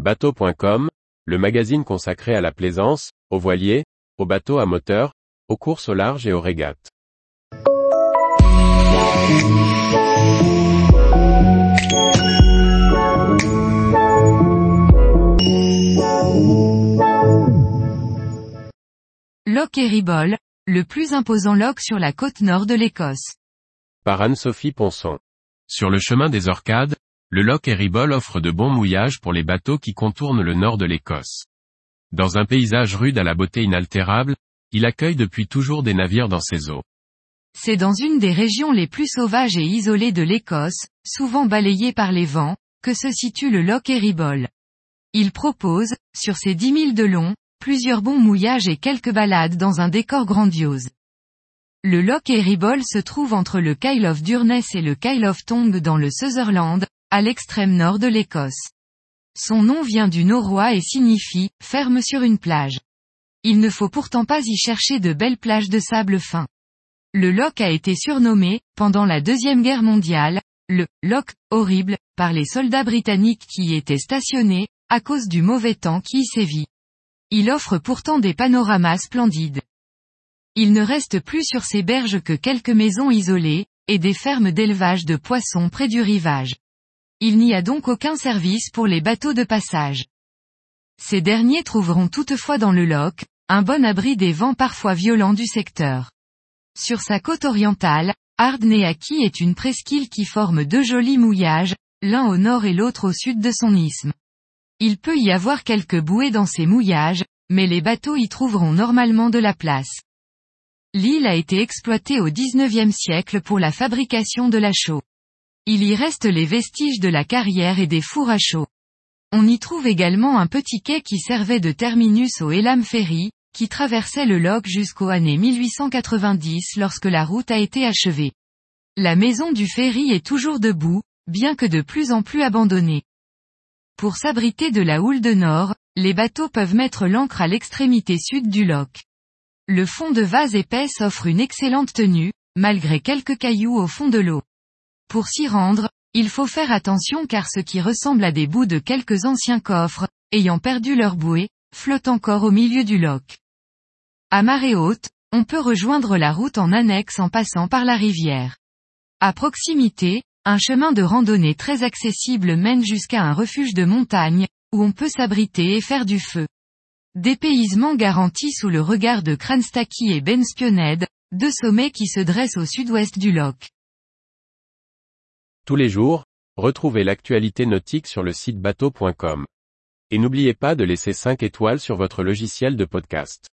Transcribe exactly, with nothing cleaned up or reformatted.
bateau point com, le magazine consacré à la plaisance, aux voiliers, aux bateaux à moteur, aux courses au large et aux régates. Loch Erriboll, le plus imposant loch sur la côte nord de l'Écosse. Par Anne-Sophie Ponson. Sur le chemin des Orcades, le Loch Erriboll offre de bons mouillages pour les bateaux qui contournent le nord de l'Écosse. Dans un paysage rude à la beauté inaltérable, il accueille depuis toujours des navires dans ses eaux. C'est dans une des régions les plus sauvages et isolées de l'Écosse, souvent balayée par les vents, que se situe le Loch Erriboll. Il propose, sur ses dix milles de long, plusieurs bons mouillages et quelques balades dans un décor grandiose. Le Loch Erriboll se trouve entre le Kyle of Durness et le Kyle of Tongue dans le Sutherland, à l'extrême nord de l'Écosse. Son nom vient du norrois et signifie « ferme sur une plage ». Il ne faut pourtant pas y chercher de belles plages de sable fin. Le loch a été surnommé, pendant la Deuxième Guerre mondiale, le « Loch horrible » par les soldats britanniques qui y étaient stationnés, à cause du mauvais temps qui y sévit. Il offre pourtant des panoramas splendides. Il ne reste plus sur ses berges que quelques maisons isolées, et des fermes d'élevage de poissons près du rivage. Il n'y a donc aucun service pour les bateaux de passage. Ces derniers trouveront toutefois dans le loch, un bon abri des vents parfois violents du secteur. Sur sa côte orientale, Ardneaki est une presqu'île qui forme deux jolis mouillages, l'un au nord et l'autre au sud de son isthme. Il peut y avoir quelques bouées dans ces mouillages, mais les bateaux y trouveront normalement de la place. L'île a été exploitée au dix-neuvième siècle pour la fabrication de la chaux. Il y reste les vestiges de la carrière et des fours à chaux. On y trouve également un petit quai qui servait de terminus au Elam Ferry, qui traversait le loch jusqu'aux années mille huit cent quatre-vingt-dix lorsque la route a été achevée. La maison du ferry est toujours debout, bien que de plus en plus abandonnée. Pour s'abriter de la houle de nord, les bateaux peuvent mettre l'ancre à l'extrémité sud du loch. Le fond de vase épaisse offre une excellente tenue, malgré quelques cailloux au fond de l'eau. Pour s'y rendre, il faut faire attention car ce qui ressemble à des bouts de quelques anciens coffres, ayant perdu leur bouée, flottent encore au milieu du loch. À marée haute, on peut rejoindre la route en annexe en passant par la rivière. À proximité, un chemin de randonnée très accessible mène jusqu'à un refuge de montagne, où on peut s'abriter et faire du feu. Dépaysement garanti sous le regard de Cranstachy et Ben Spioned, deux sommets qui se dressent au sud-ouest du loch. Tous les jours, retrouvez l'actualité nautique sur le site bateau point com. Et n'oubliez pas de laisser cinq étoiles sur votre logiciel de podcast.